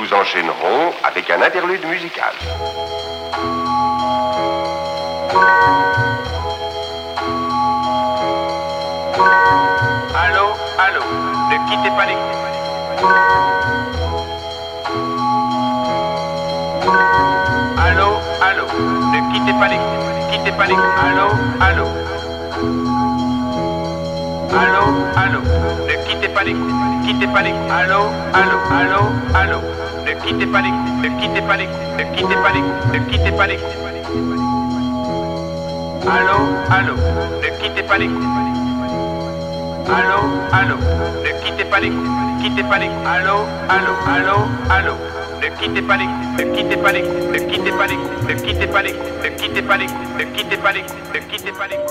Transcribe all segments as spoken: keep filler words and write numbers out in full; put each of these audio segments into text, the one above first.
nous enchaînerons avec un interlude musical. Allô, allô, ne quittez pas l'écoute. Allô, allô, ne quittez pas l'écoute, quittez pas l'écoute. Allô, allô. Allô, allô, ne quittez pas l'écoute, quittez pas l'écoute. Allô, allô, allô, allô, ne quittez pas l'écoute, ne quittez pas l'écoute, ne quittez pas l'écoute, ne quittez pas l'écoute. Allô, allô, ne quittez pas l'écoute. Allô, allô, ne quittez pas l'écoute, quittez pas l'écoute. Allô, allô, allô, allô, ne quittez pas l'écoute, ne quittez pas l'écoute, ne quittez pas l'écoute, ne quittez pas l'écoute, ne quittez pas l'écoute, ne quittez pas l'écoute, ne quittez pas l'écoute.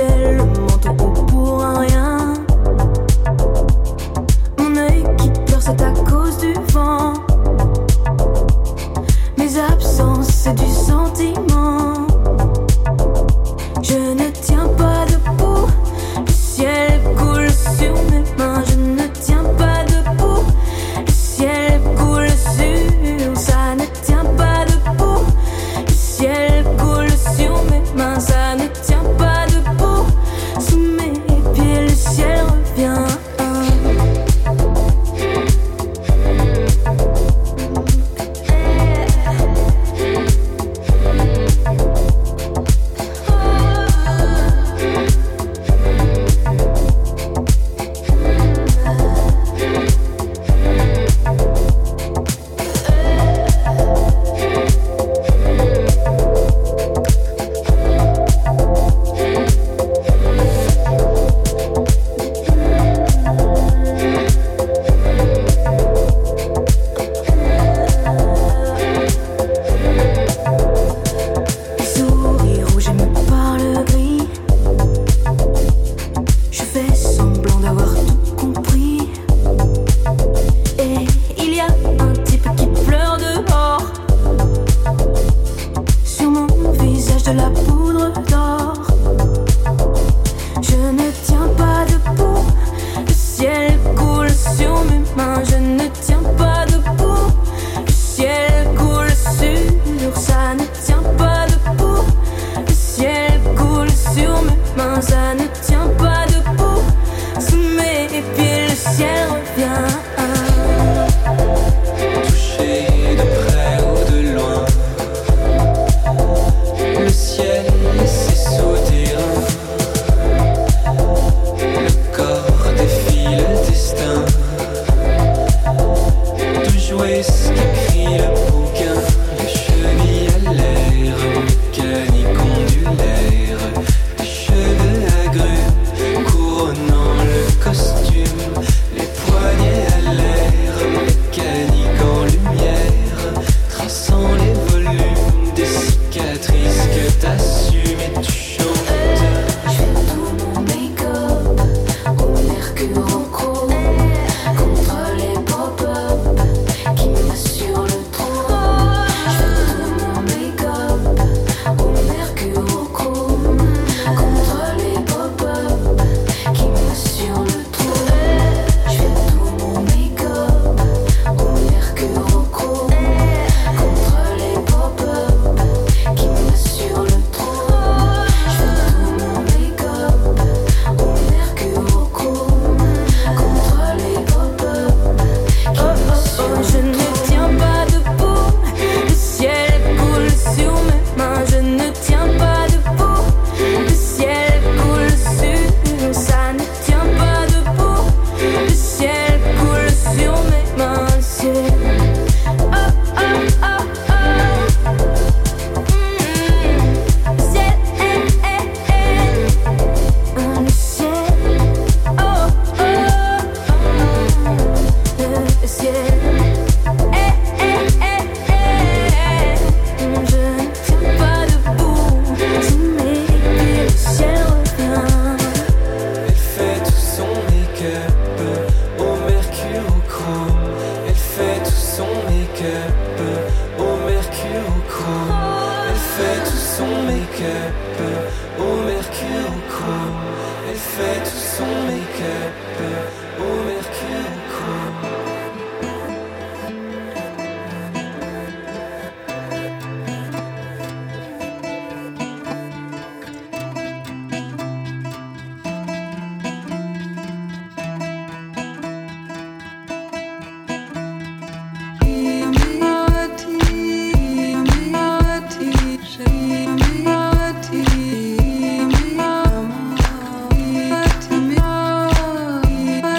ciel, le manteau haut pour un rien. Mon œil qui pleure, c'est à cause du vent. Mes absences, c'est du sentiment. Je ne tiens pas debout, le ciel coule sur mes mains. Je ne tiens pas debout, le ciel coule sur. Ça ne tient pas debout, le ciel coule sur mes mains. Ça ne tient pas debout, sous mes pieds le ciel revient. Me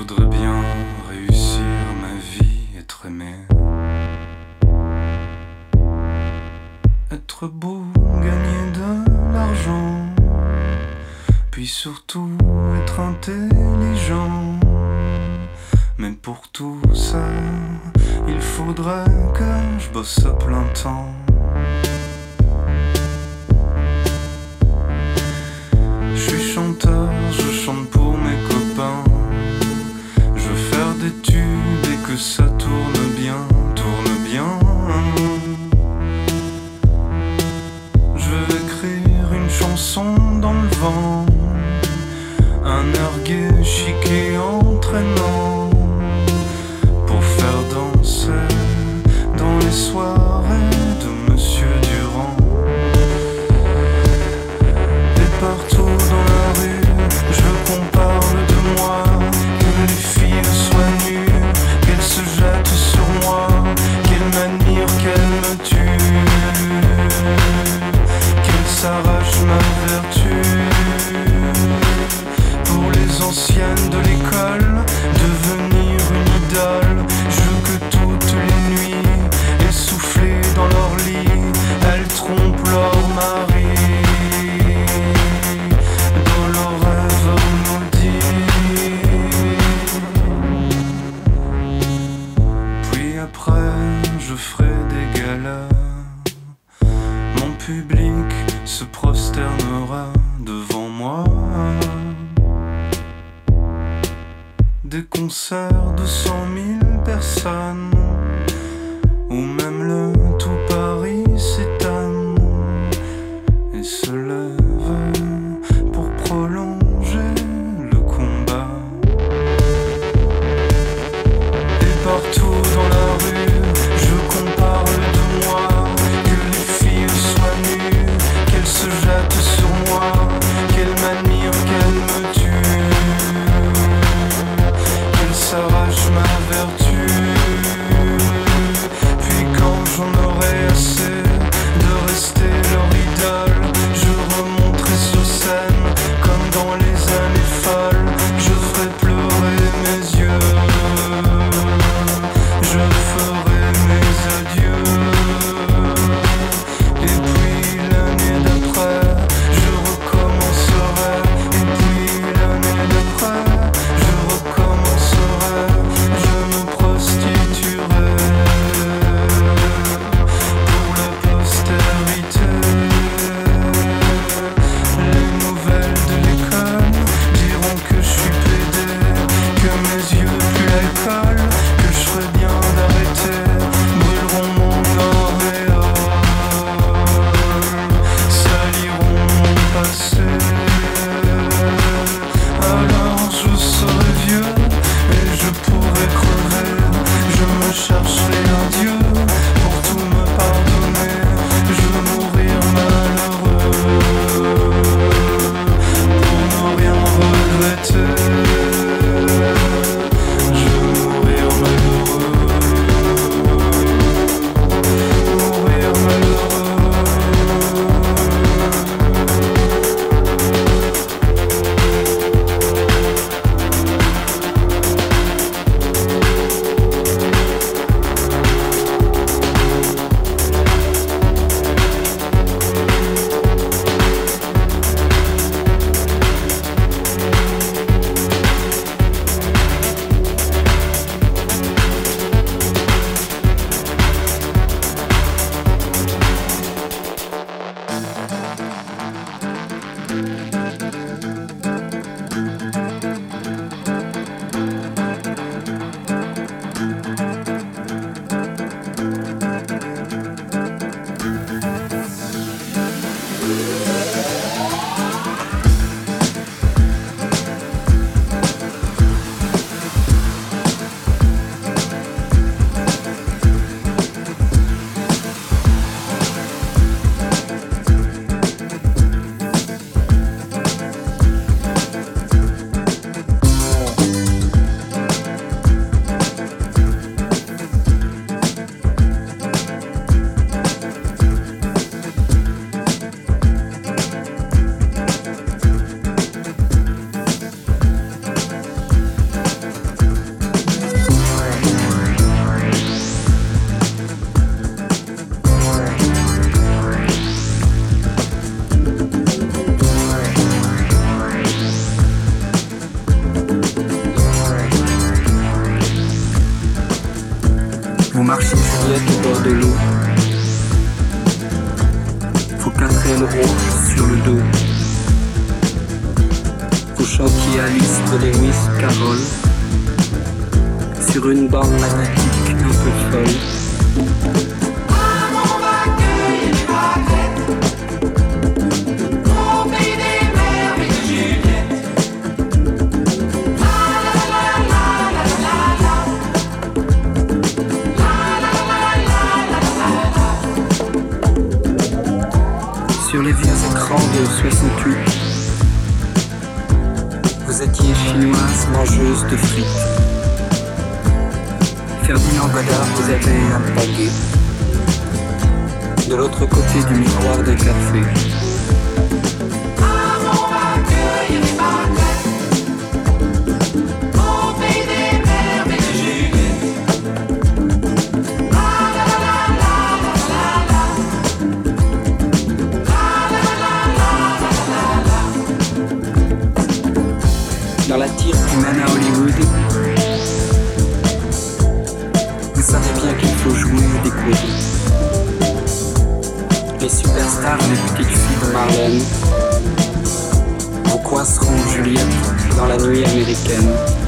voudrais bien réussir ma vie, être aimé, être beau, gagner de l'argent, puis surtout être intelligent. Mais pour tout ça, il faudrait que je bosse à plein temps. Je suis chanteur, je chante pour mes copains. Je veux faire des tubes et que ça tourne bien, tourne bien. Je veux écrire une chanson dans le vent, un air gai, chic et entraînant, pour faire danser dans les soirées de Monsieur Durand. Et partout dans la rue, je veux qu'on parle de moi, que les filles soient nues, qu'elles se jettent sur moi, qu'elles m'admirent, qu'elles me tuent, qu'elles s'arrachent ma vertu. Pour les anciennes de l'école, devenir une idole. Je veux que toutes les nuits, essoufflées dans leur lit, elles trompent leur mari dans leurs rêves maudits. Puis après, je ferai des galas. Mon public se prosternera devant moi. Des concerts de cent mille personnes, où même le tout Paris s'étonne et se lève pour prolonger le combat. Et partout dans la rue, je veux qu'on parle de moi, que les filles soient nues, qu'elles se jettent sur moi, qu'elles m'admirent, qu'elles me tuent, s'arrache ma vertu. Puis quand j'en aurai assez de rester leur idole, je Vous marchez Juliette au bord de l'eau, vos quatre ailes rouges sur le dos. Vous chantiez Alice de Lewis Carroll sur une bande magnétique un peu folle. Sur les vieux écrans de soixante-huit, vous étiez chinoise mangeuse de frites. Ferdinand Godard vous avait alpagué de l'autre côté du miroir de café. Dans la tire qui mène à Hollywood, vous savez bien qu'il faut jouer des coudes. Les superstars, les petites filles de Marlène vous coinceront Juliette dans la nuit américaine.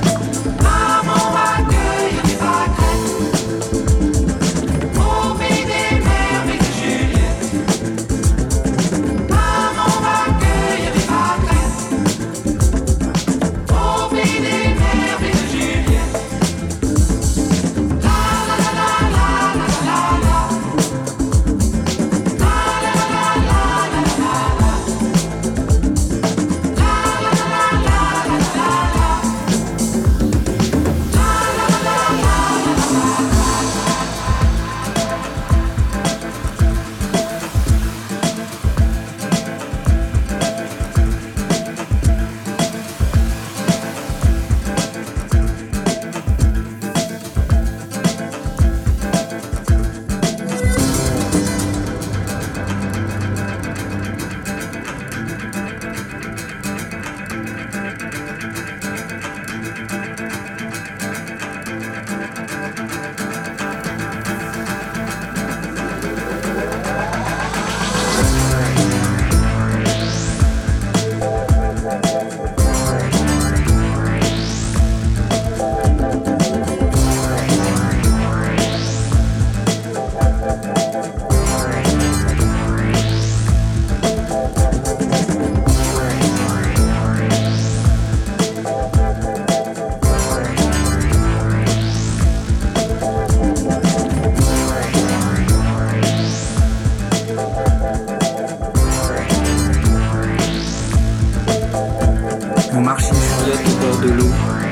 Vous marchez Juliette au bord de l'eau,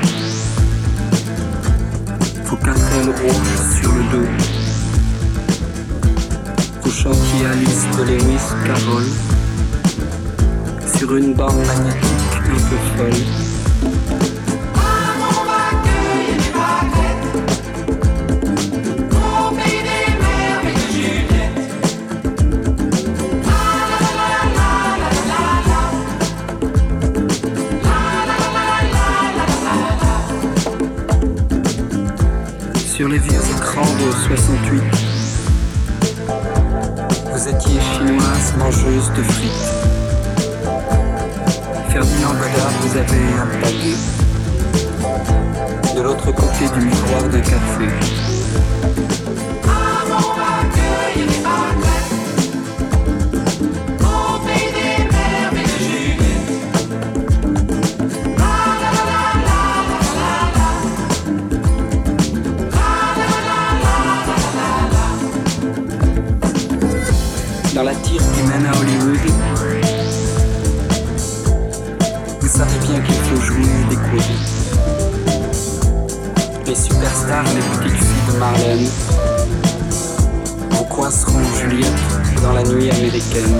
vos quatre ailes rouges sur le dos. Vous chantiez Alice de Lewis Carroll sur une bande magnétique un peu folle. Sur les vieux écrans de soixante-huit, vous étiez chinoise mangeuse de frites. Ferdinand Godard vous avait alpagué de l'autre côté du miroir de café. Dans la tire qui mène à Hollywood, vous savez bien qu'il faut jouer des coudes. Les superstars, les petites filles de Marlène vous coinceront Juliette dans la nuit américaine.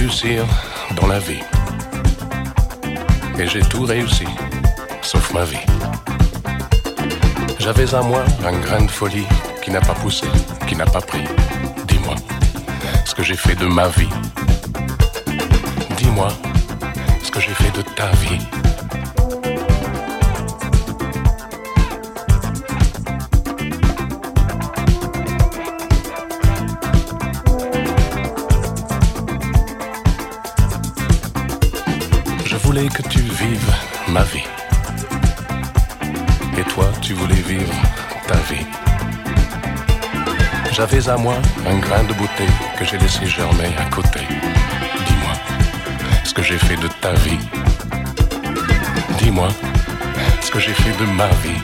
réussir dans la vie. Et j'ai tout réussi, sauf ma vie. J'avais à moi un grain de folie qui n'a pas poussé, qui n'a pas pris. Dis-moi ce que j'ai fait de ma vie. Dis-moi ce que j'ai fait de ta vie. Je voulais que tu vives ma vie. Et toi, tu voulais vivre ta vie. J'avais à moi un grain de beauté que j'ai laissé germer à côté. Dis-moi ce que j'ai fait de ta vie. Dis-moi ce que j'ai fait de ma vie.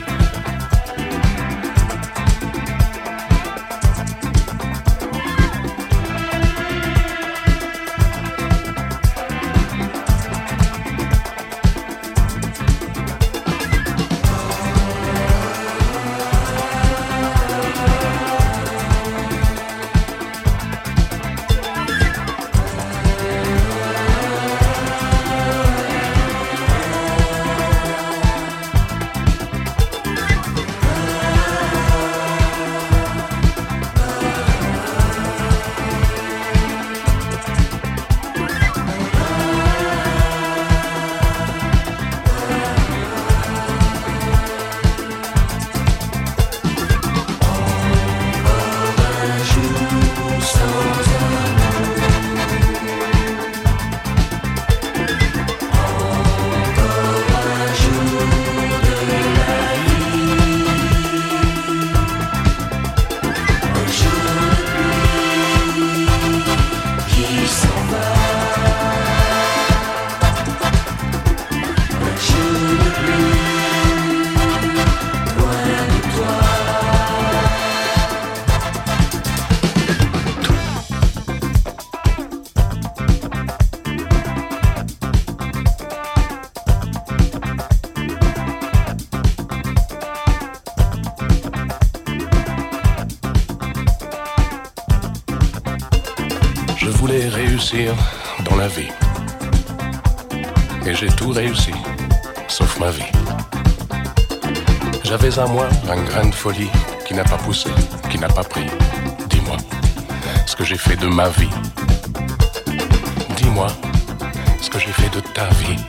Dans la vie. Et j'ai tout réussi, sauf ma vie. J'avais à moi un grain de folie qui n'a pas poussé, qui n'a pas pris. Dis-moi ce que j'ai fait de ma vie. Dis-moi ce que j'ai fait de ta vie.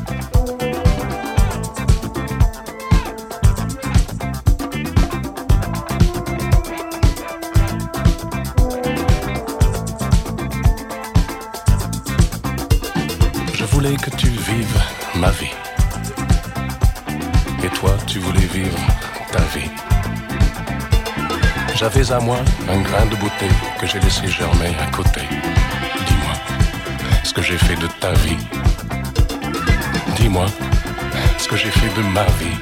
Je voulais que tu vives ma vie. Et toi, tu voulais vivre ta vie. J'avais à moi un grain de beauté que j'ai laissé germer à côté. Dis-moi ce que j'ai fait de ta vie. Dis-moi ce que j'ai fait de ma vie.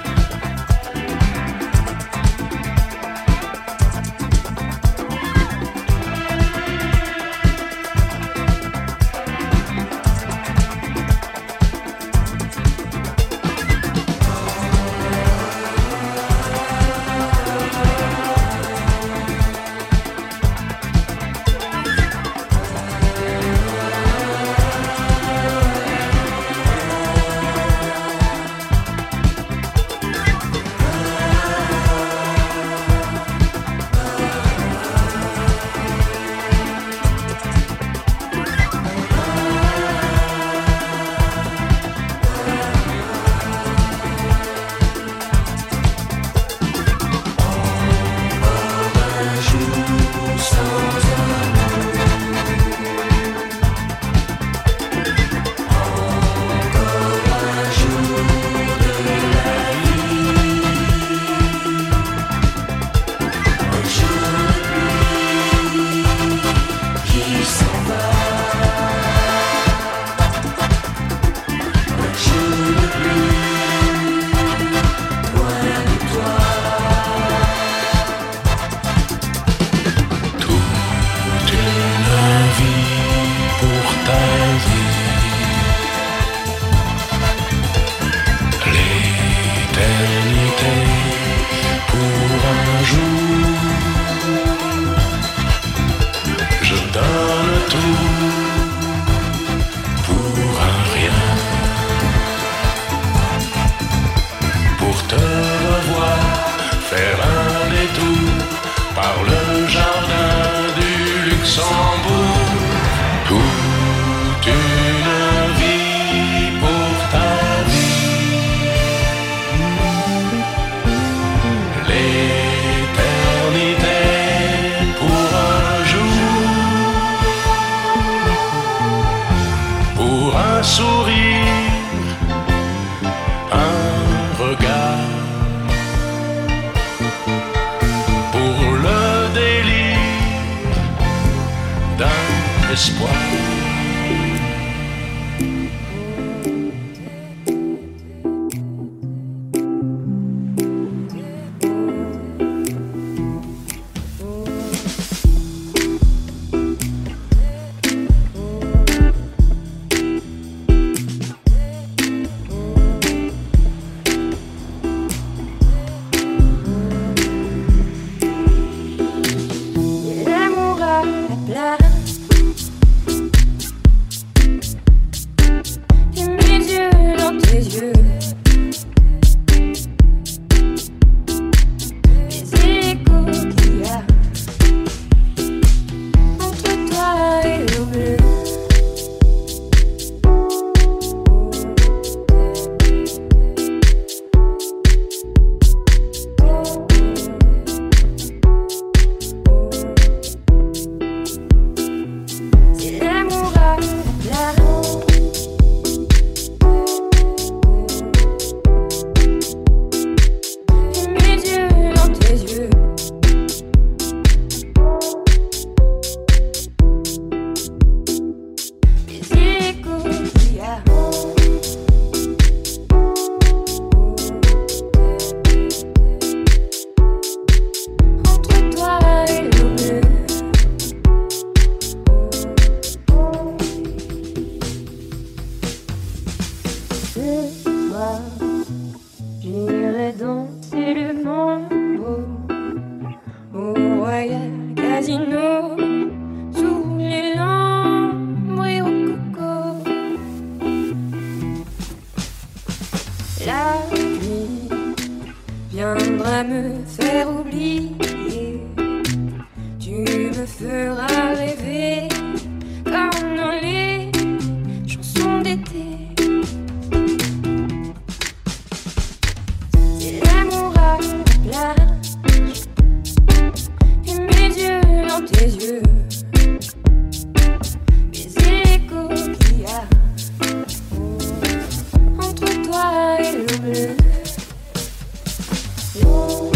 d'espoir.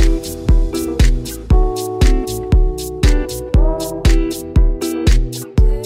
Entre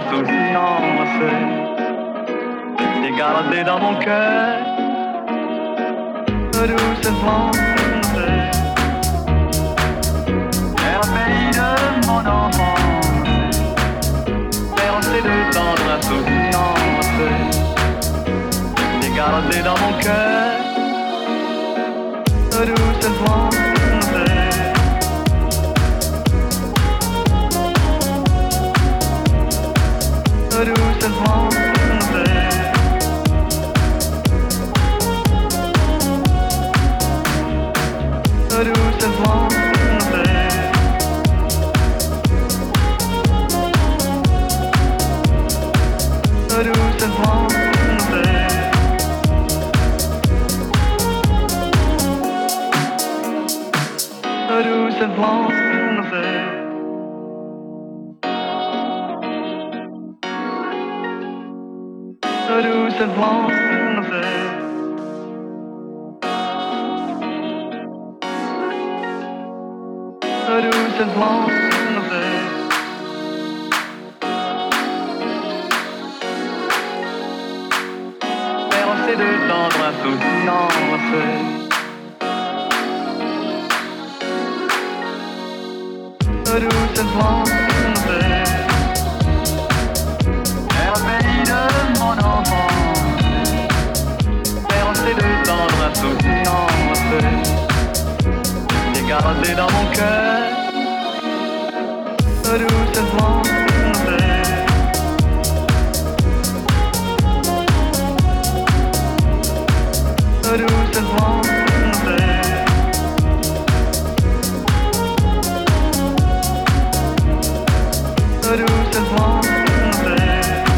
l'insouciance et garder dans mon cœur de douces pensées vers le pays de mon enfance, bercé de tendre insouciance et garder dans mon cœur de douces pensées. De douces pensées, de douces pensées, de douces pensées, de douces pensées. De douces pensées, de douces pensées, bercé de tendre insouciance de douces pensées vers le pays de mon enfance, bercé de tendre insouciance et gardé dans mon cœur de douces pensées, de douces pensées, de douces pensées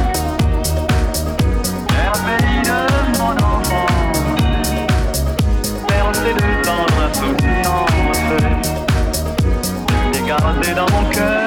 vers le pays de mon enfance, bercé de tendre insouciance et gardé dans mon cœur.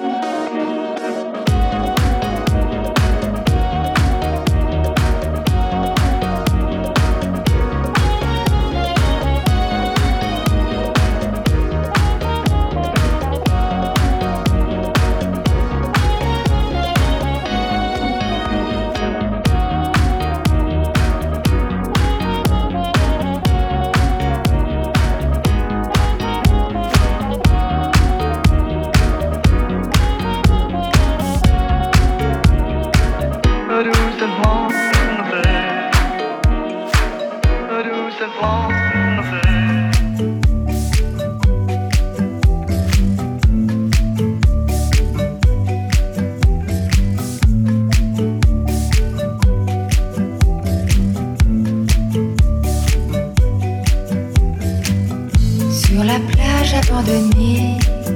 Sur la plage abandonnée,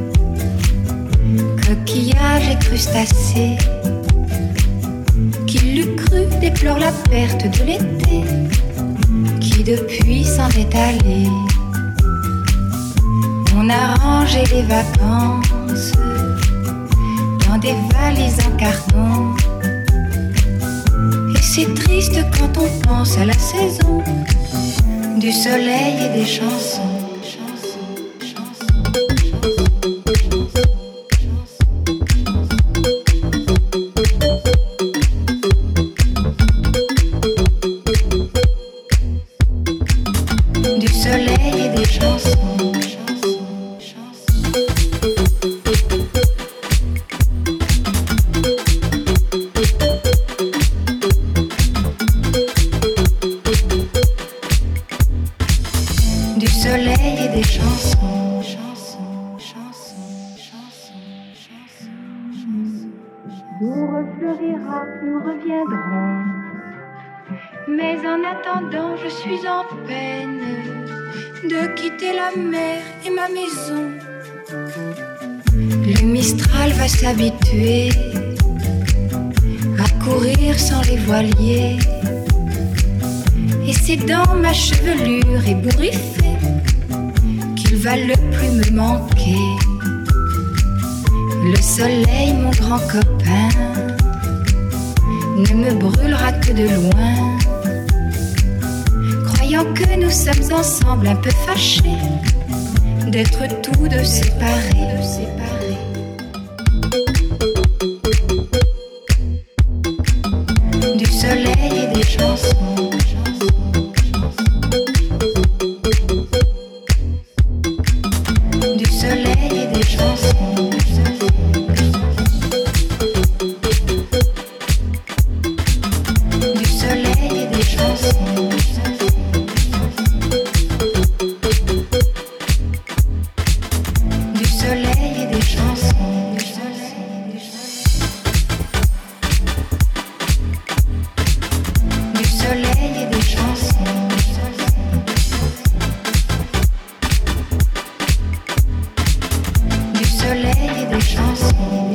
coquillages et crustacés, qui l'eût cru déplore la perte de l'été, qui depuis s'en est allé. On a rangé les vacances dans des valises en carton, et c'est triste quand on pense à la saison du soleil et des chansons. Du soleil et des chansons. Du soleil et des chansons. Nous refleurira, nous reviendrons. Mais en attendant, je suis en peine de quitter la mer et ma maison. Le Mistral va s'habituer à courir sans les voiliers, et c'est dans ma chevelure ébouriffée qu'il va le plus me manquer. Le soleil, mon grand copain, ne me brûlera que de loin, croyant que nous sommes ensemble un peu fâchés d'être tous deux séparés. soleil et des chansons. Du soleil et des chansons. Du soleil et des chansons. Du soleil et des chansons. Du soleil et des chansons. Du soleil et des chansons.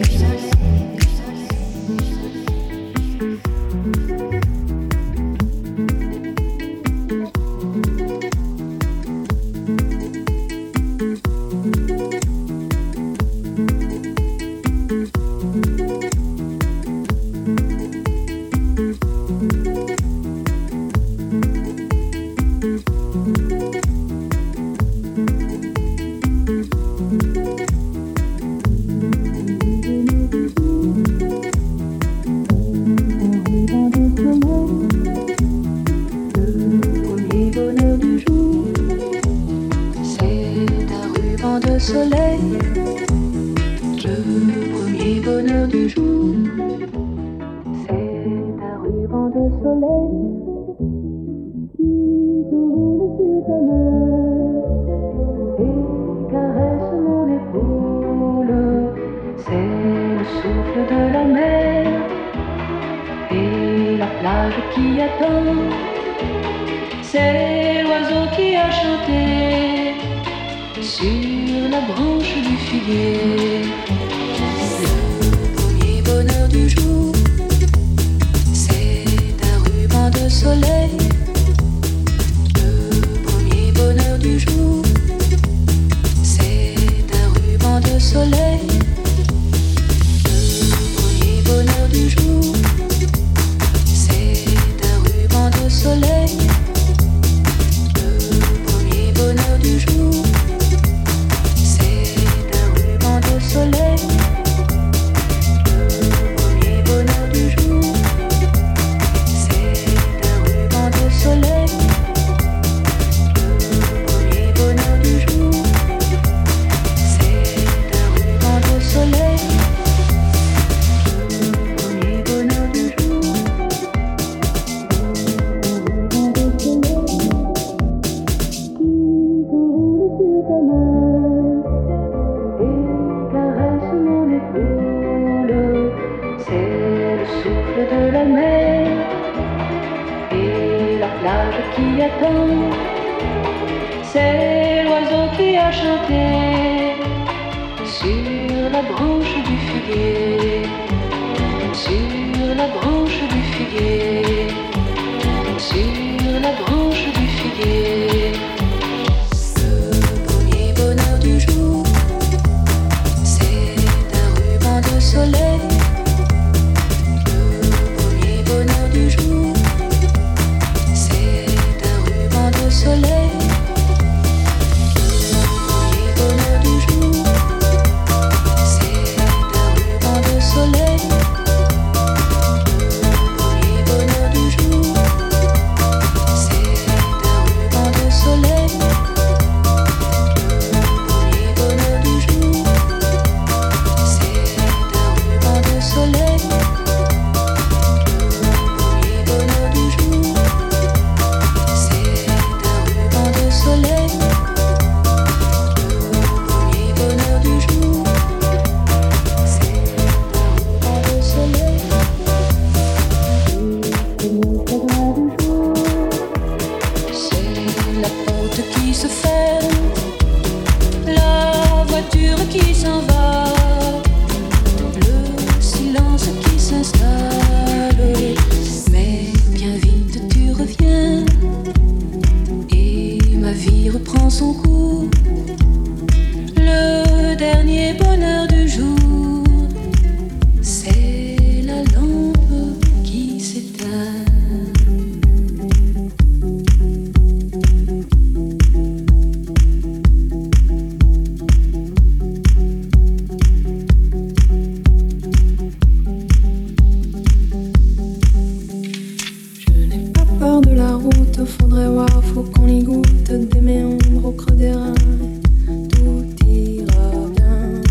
au creux des reins, tout ira bien.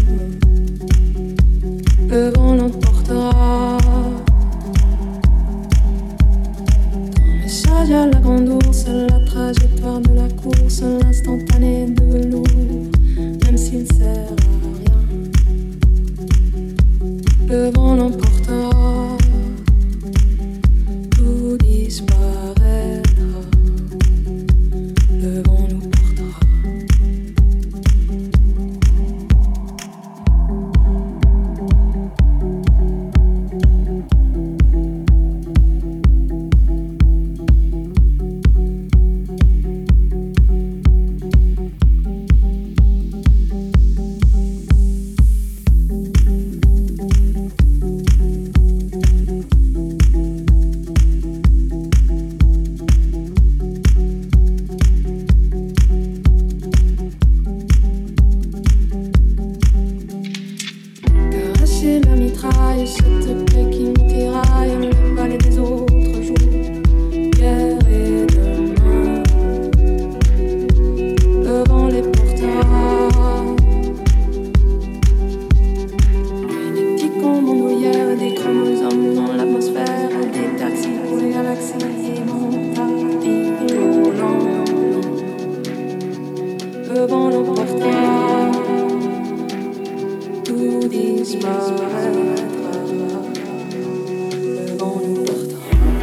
Le vent l'emportera. Ton message à la grande ours, la trajectoire de la course, l'instantané de velours, même s'il sert à rien. Le vent l'emportera, tout disparaîtra. Le vent nous portera. Caresser la mitraille, cette plaie qui nous tiraille, le balai des autres jours, hier et demain. Le vent les portera. Des petits commandouillères, des chromosomes dans l'atmosphère, des taxis pour les galaxies, et mon tapis roulant. Le vent l'emportera. Tout disparaîtra, le vent nous portera.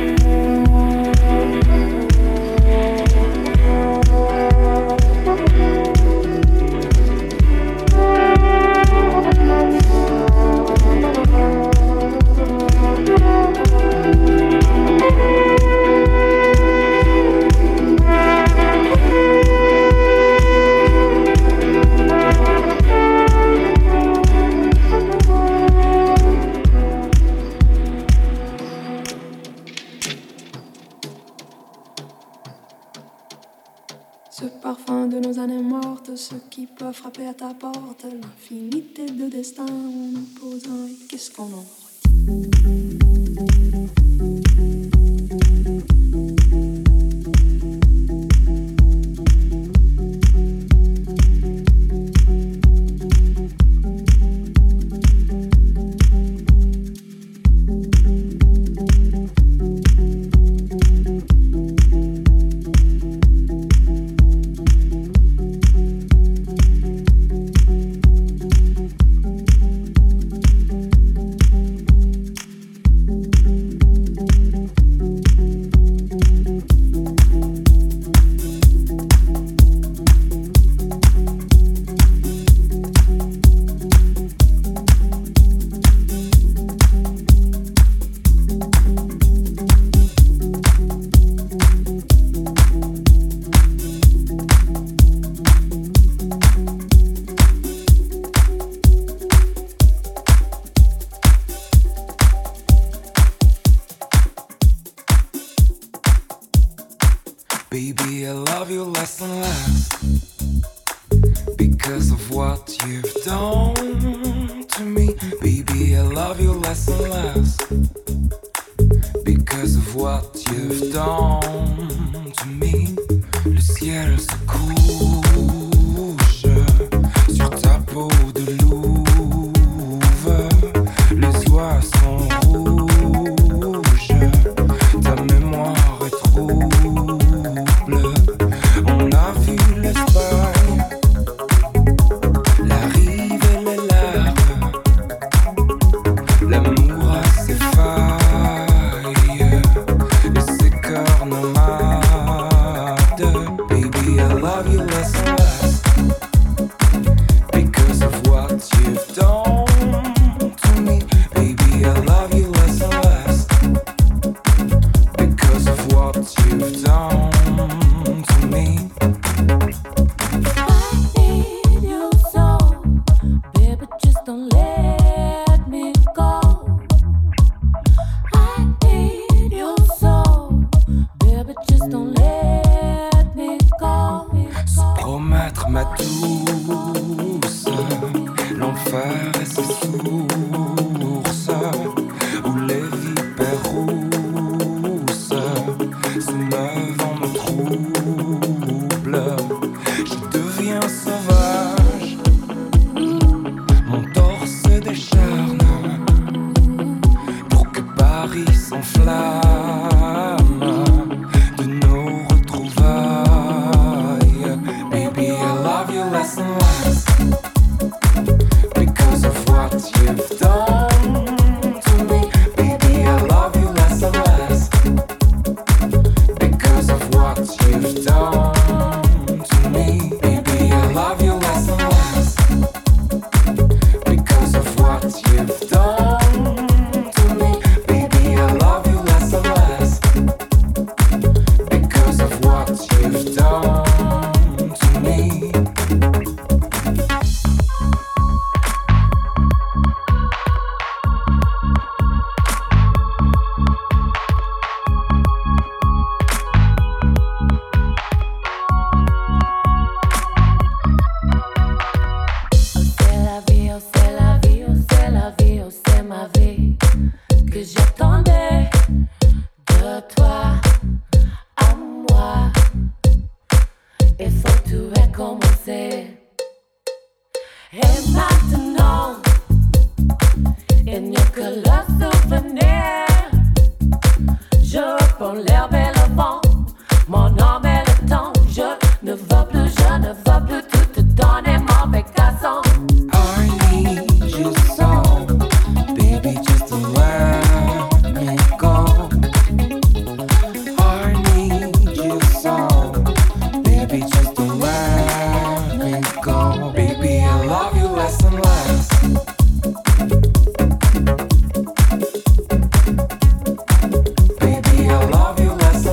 Ce parfum de nos années mortes, ce qui peut frapper à ta porte, l'infinité de destins on nous pose un et qu'est-ce qu'on en retient? Baby, I love you less and less because of what you've done to me. Baby, I love you less and less because of what you've done to me. Le ciel se couche sur ta peau de louve. Les oies sont rouges, ta mémoire est trouble. On a vu l'Espagne, la rive et les larmes. L'amour a ses failles et ses cœurs nomades. Baby, I love you less and less because of what you've done to me. Baby, I love you less and less because of what you've done to me. Ma douce, l'enfer et ses sources, où les vipères rousses se meuvent en me trouble. Je un sauvage. Mon torse se décharne pour que Paris s'enflamme de nos retrouvailles. Baby, I love you less and less because of what you've done to me. Baby, I love you less and less because of what you've done to me. Baby, I love you less and less because of what you've done to me. Baby, I love you less and less because of what you've done to me. C'est la vie, oh c'est la vie, oh c'est la vie, oh c'est ma vie que j'attendais de toi à moi. Il faut tout recommencer. Et maintenant, il n'y a que le souvenir. Je reprends l'herbe et le vent, mon âme et le temps. Je ne veux plus, je ne veux plus tout te donner, mauvais garçon. I need you so, baby, just to let me go. I need you so, baby, just to let me go. Baby, I love you less and less. Baby, I love you less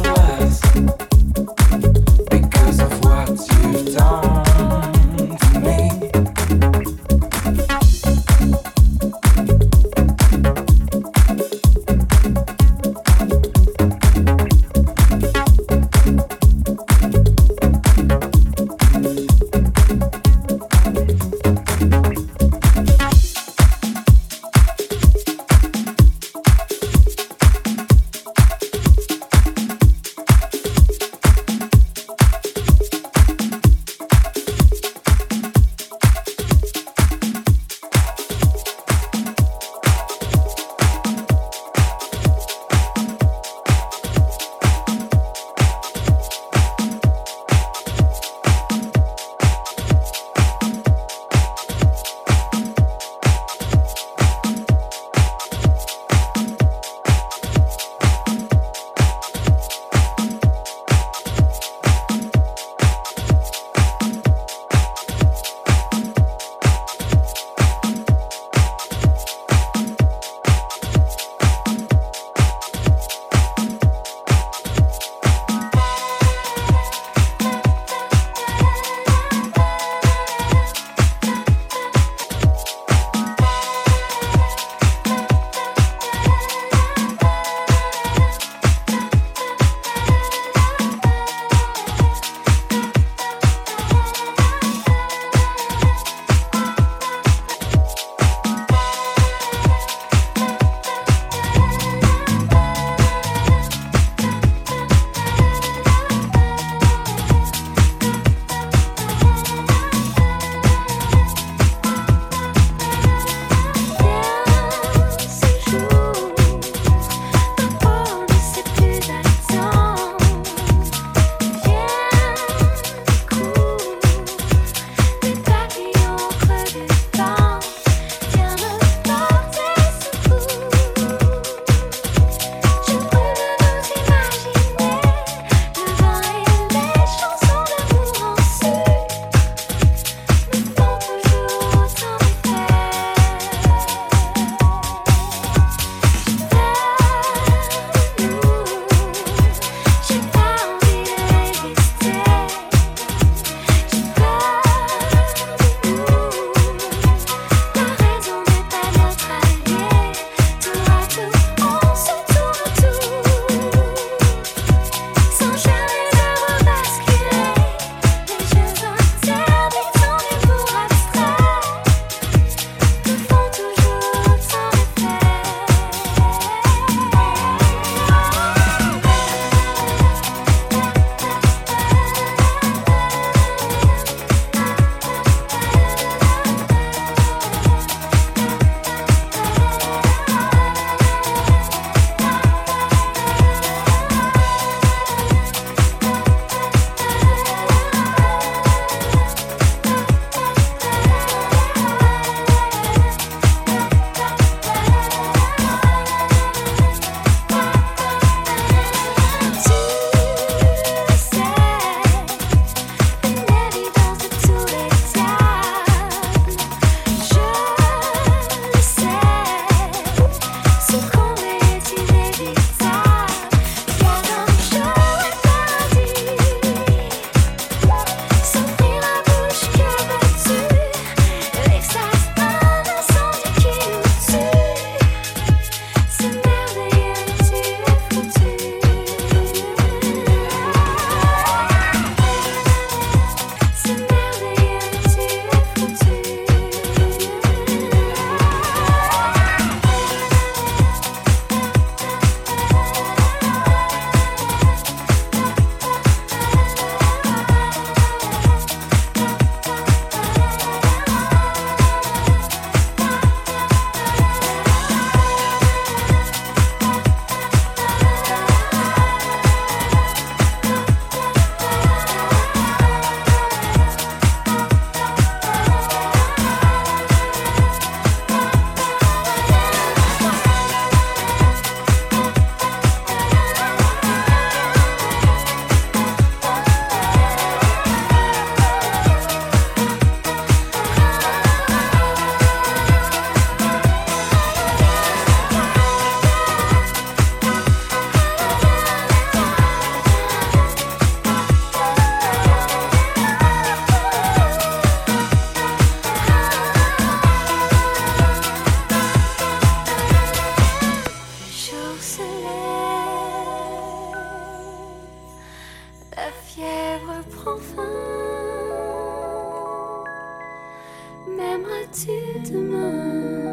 M'aimeras-tu demain?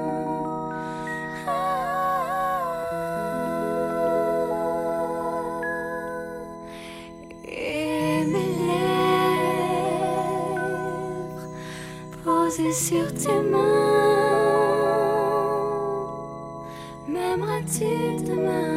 Et mes lèvres posées sur tes mains, m'aimeras-tu demain?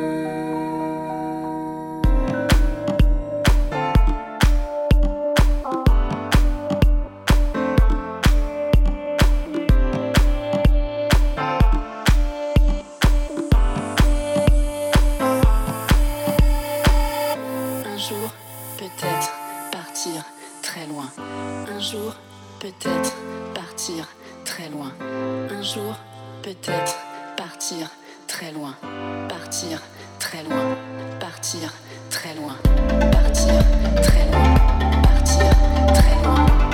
Peut-être partir très loin. Un jour, peut-être partir très loin. Partir très loin. Partir très loin. Partir très loin. Partir très loin.